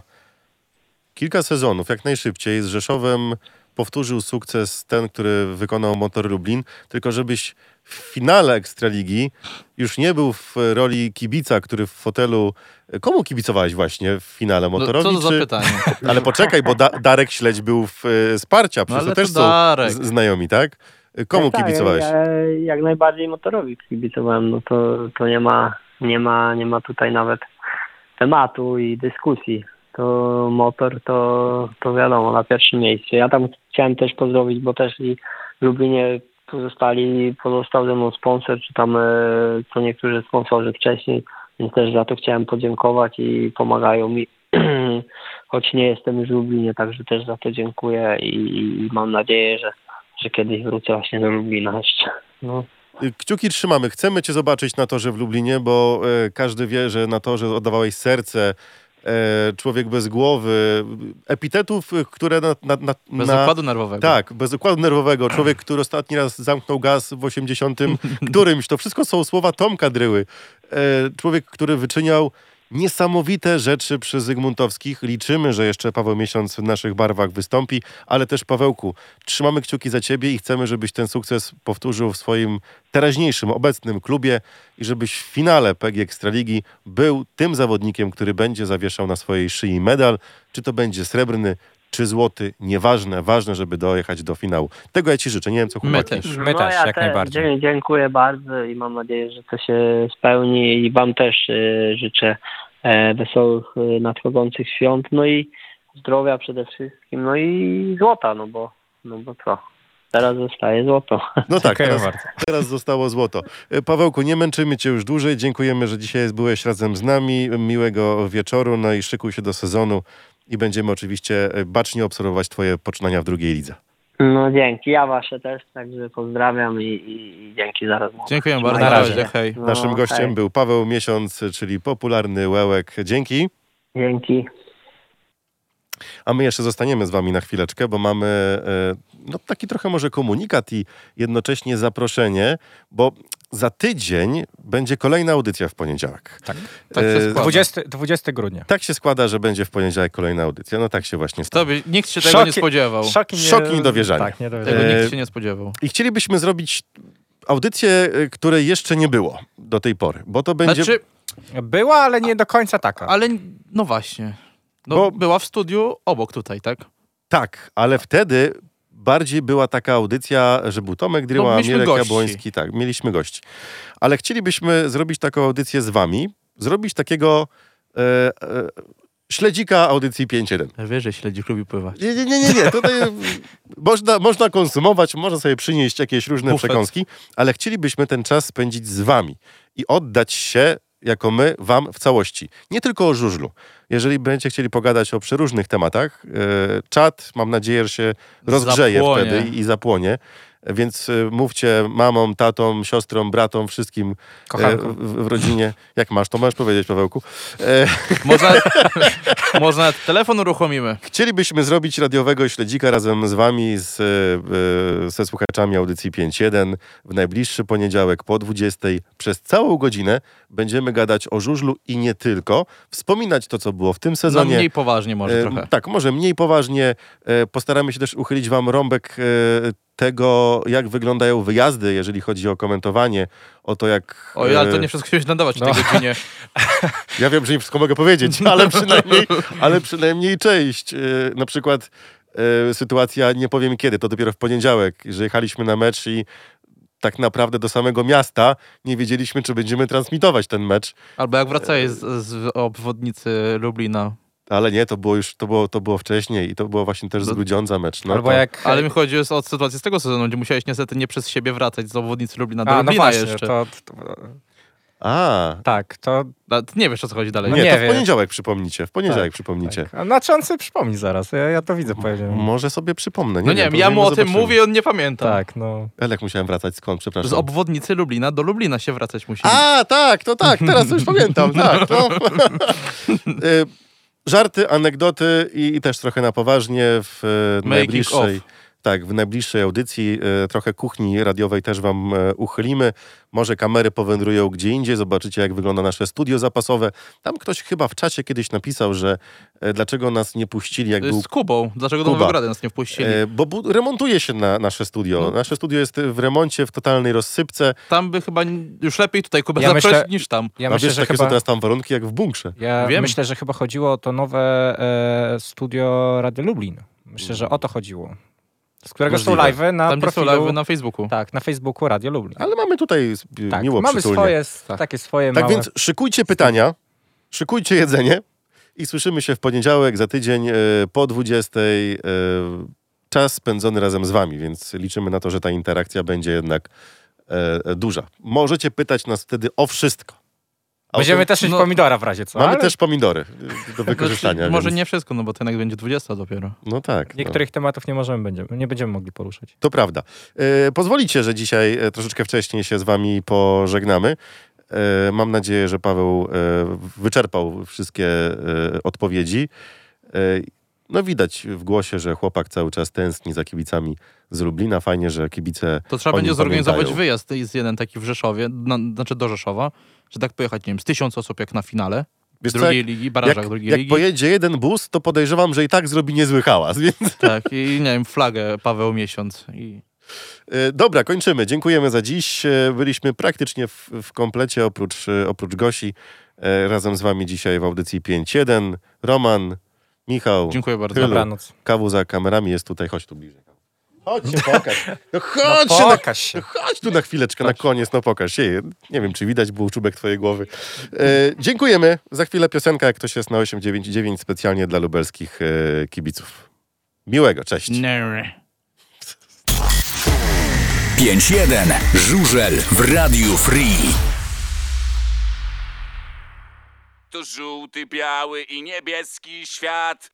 kilka sezonów, jak najszybciej, z Rzeszowem powtórzył sukces ten, który wykonał Motor Lublin, tylko żebyś w finale Ekstraligi już nie był w roli kibica, który w fotelu... Komu kibicowałeś właśnie w finale? Motorowi? Co to za pytanie? Ale poczekaj, bo Darek Śledź był w Sparcia, przecież to też są znajomi, tak? Komu kibicowałeś? Jak najbardziej Motorowi kibicowałem, no to nie ma tutaj nawet tematu i dyskusji. To Motor to wiadomo, na pierwszym miejscu. Ja tam chciałem też pozdrowić, bo też i w Lublinie pozostał ze mną sponsor, czy tam co niektórzy sponsorzy wcześniej, więc też za to chciałem podziękować i pomagają mi, choć nie jestem już w Lublinie, także też za to dziękuję i mam nadzieję, że kiedyś wrócę właśnie do Lublina jeszcze. No. Kciuki trzymamy. Chcemy cię zobaczyć na torze w Lublinie, bo każdy wie, że na torze oddawałeś serce, człowiek bez głowy, epitetów, które bez układu nerwowego. Tak, bez układu nerwowego. Człowiek, który ostatni raz zamknął gaz w 80 którymś. To wszystko są słowa Tomka Dryły. Człowiek, który wyczyniał niesamowite rzeczy przy Zygmuntowskich. Liczymy, że jeszcze Paweł Miesiąc w naszych barwach wystąpi, ale też Pawełku, trzymamy kciuki za ciebie i chcemy, żebyś ten sukces powtórzył w swoim teraźniejszym, obecnym klubie i żebyś w finale PG Ekstraligi był tym zawodnikiem, który będzie zawieszał na swojej szyi medal, czy to będzie srebrny, czy złoty, nieważne, ważne, żeby dojechać do finału. Tego ja ci życzę, nie wiem co chłopaki. My też, ja jak najbardziej. Dziękuję bardzo i mam nadzieję, że to się spełni i wam też życzę wesołych nadchodzących świąt, no i zdrowia przede wszystkim, no i złota, no bo co? Teraz zostaje złoto. No tak, teraz zostało złoto. Pawełku, nie męczymy cię już dłużej. Dziękujemy, że dzisiaj byłeś razem z nami. Miłego wieczoru, no i szykuj się do sezonu i będziemy oczywiście bacznie obserwować twoje poczynania w drugiej lidze. No dzięki, ja wasze też, także pozdrawiam i dzięki za rozmowę. Dziękuję bardzo. Na razie. Hej. Naszym gościem był Paweł Miesiąc, czyli popularny Łełek. Dzięki. Dzięki. A my jeszcze zostaniemy z wami na chwileczkę, bo mamy taki trochę może komunikat i jednocześnie zaproszenie, bo za tydzień będzie kolejna audycja w poniedziałek. Tak. Tak się składa. 20 grudnia. Tak się składa, że będzie w poniedziałek kolejna audycja. No tak się właśnie stało. Nikt się tego nie spodziewał. Szok niedowierzania. Tak, niedowierzania. Tego nikt się nie spodziewał. I chcielibyśmy zrobić audycję, której jeszcze nie było do tej pory, bo to będzie... Znaczy, Była, ale nie do końca taka. ale no właśnie. No, Bo- była w studiu obok tutaj, tak? Tak, ale wtedy bardziej była taka audycja, że był Tomek Dryła, mieliśmy Mirek gości. Jabłoński. Tak, mieliśmy gości. Ale chcielibyśmy zrobić taką audycję z wami, zrobić takiego śledzika audycji 5.1. Ja wiesz, że śledzik lubi pływać. Nie. Tutaj można konsumować, można sobie przynieść jakieś różne Bufet. przekąski, ale chcielibyśmy ten czas spędzić z wami i oddać się jako my wam w całości. Nie tylko o żużlu. Jeżeli będziecie chcieli pogadać o przeróżnych tematach, czat, mam nadzieję, że się rozgrzeje Zapłonie. wtedy i zapłonie. Więc mówcie mamom, tatom, siostrom, bratom, wszystkim Kochankom. w rodzinie. Jak masz, to możesz powiedzieć, Pawełku. Można telefon uruchomimy. Chcielibyśmy zrobić radiowego śledzika razem z wami, ze słuchaczami audycji 5.1 w najbliższy poniedziałek po 20. Przez całą godzinę będziemy gadać o żużlu i nie tylko. Wspominać to, co było w tym No sezonie. mniej poważnie może trochę. Tak, może mniej poważnie. Postaramy się też uchylić wam rąbek tego, jak wyglądają wyjazdy, jeżeli chodzi o komentowanie, o to jak... Oj, ale to nie wszystko się nadawać w tej godzinie. Ja wiem, że nie wszystko mogę powiedzieć, ale przynajmniej część. Na przykład sytuacja, nie powiem kiedy, to dopiero w poniedziałek, że jechaliśmy na mecz i tak naprawdę do samego miasta nie wiedzieliśmy, czy będziemy transmitować ten mecz. Albo jak wracałeś z obwodnicy Lublina. Ale nie, to było wcześniej i to było właśnie też z Grudziądza mecz. No Albo to, jak... Ale mi chodzi o sytuację z tego sezonu, gdzie musiałeś niestety nie przez siebie wracać z obwodnicy Lublina do no Lublina właśnie, jeszcze. A, Tak, to... Nie wiesz, o co chodzi dalej. No nie, nie to w wiem. poniedziałek przypomnicie. Tak. A na czy on sobie przypomni zaraz? Ja to widzę, powiedziałem. Może sobie przypomnę. No nie wiem, ja mu o tym mówię i on nie pamięta. Tak, no. Ale jak musiałem wracać skąd, przepraszam. Z obwodnicy Lublina do Lublina się wracać musi. A, tak, teraz już pamiętam, tak. No. Żarty, anegdoty i też trochę na poważnie w najbliższej... off. Tak, w najbliższej audycji trochę kuchni radiowej też wam uchylimy. Może kamery powędrują gdzie indziej, zobaczycie jak wygląda nasze studio zapasowe. Tam ktoś chyba w czacie kiedyś napisał, że dlaczego nas nie puścili, jak był... Z Kubą. Dlaczego do Kuba. Nowego Rady nas nie wpuścili? Bo remontuje się nasze studio. No. Nasze studio jest w remoncie, w totalnej rozsypce. Tam by chyba już lepiej tutaj Kubę Ja zaprosić myślę- niż tam. Ja A myślę, wiesz, że jakie chyba... są teraz tam warunki jak w bunkrze. Ja Wiem. myślę, że chyba chodziło o to nowe studio Radio Lublin. Myślę, że o to chodziło. Z którego są Możliwe. live'y na Tam gdzie są profilu... live'y na Facebooku. Tak, na Facebooku Radio Lublin. Ale mamy tutaj Tak, miło mamy przytulnie. swoje, Tak. takie swoje Tak małe... więc szykujcie pytania, szykujcie jedzenie i słyszymy się w poniedziałek za tydzień po 20. Czas spędzony razem z wami, więc liczymy na to, że ta interakcja będzie jednak duża. Możecie pytać nas wtedy o wszystko. A o Będziemy tym- też mieć no, pomidora w razie co. Mamy ale też pomidory do wykorzystania. Znaczy, może więc... nie wszystko, no bo to jednak będzie 20 dopiero. No tak. Niektórych tematów nie będziemy mogli poruszyć. To prawda. Pozwolicie, że dzisiaj troszeczkę wcześniej się z wami pożegnamy. Mam nadzieję, że Paweł wyczerpał wszystkie odpowiedzi. No widać w głosie, że chłopak cały czas tęskni za kibicami z Lublina. Fajnie, że kibice To trzeba o nim będzie zorganizować pamiętają. wyjazd. Jest jeden taki w Rzeszowie, znaczy do Rzeszowa, że tak pojechać, nie wiem, z 1000 osób jak na finale Wiesz co, drugiej ligi, barażach drugiej jak ligi. pojedzie jeden bus, to podejrzewam, że i tak zrobi niezły hałas. Więc... Tak, i nie wiem, flagę Paweł Miesiąc. Dobra, kończymy. Dziękujemy za dziś. Byliśmy praktycznie w komplecie, oprócz Gosi. Razem z wami dzisiaj w audycji 5.1. Roman, Michał, Dziękuję bardzo. Chylu, Dobranoc. Kawu za kamerami jest tutaj. Chodź tu bliżej. Chodź się pokaż. No chodź, No się pokaż się. No chodź tu na chwileczkę, na koniec, no pokaż się. Nie wiem, czy widać był czubek twojej głowy. Dziękujemy. Za chwilę piosenka, jak ktoś jest na 899 specjalnie dla lubelskich kibiców. Miłego, cześć. 5.1. Żużel w Radiu Free. To żółty, biały i niebieski świat.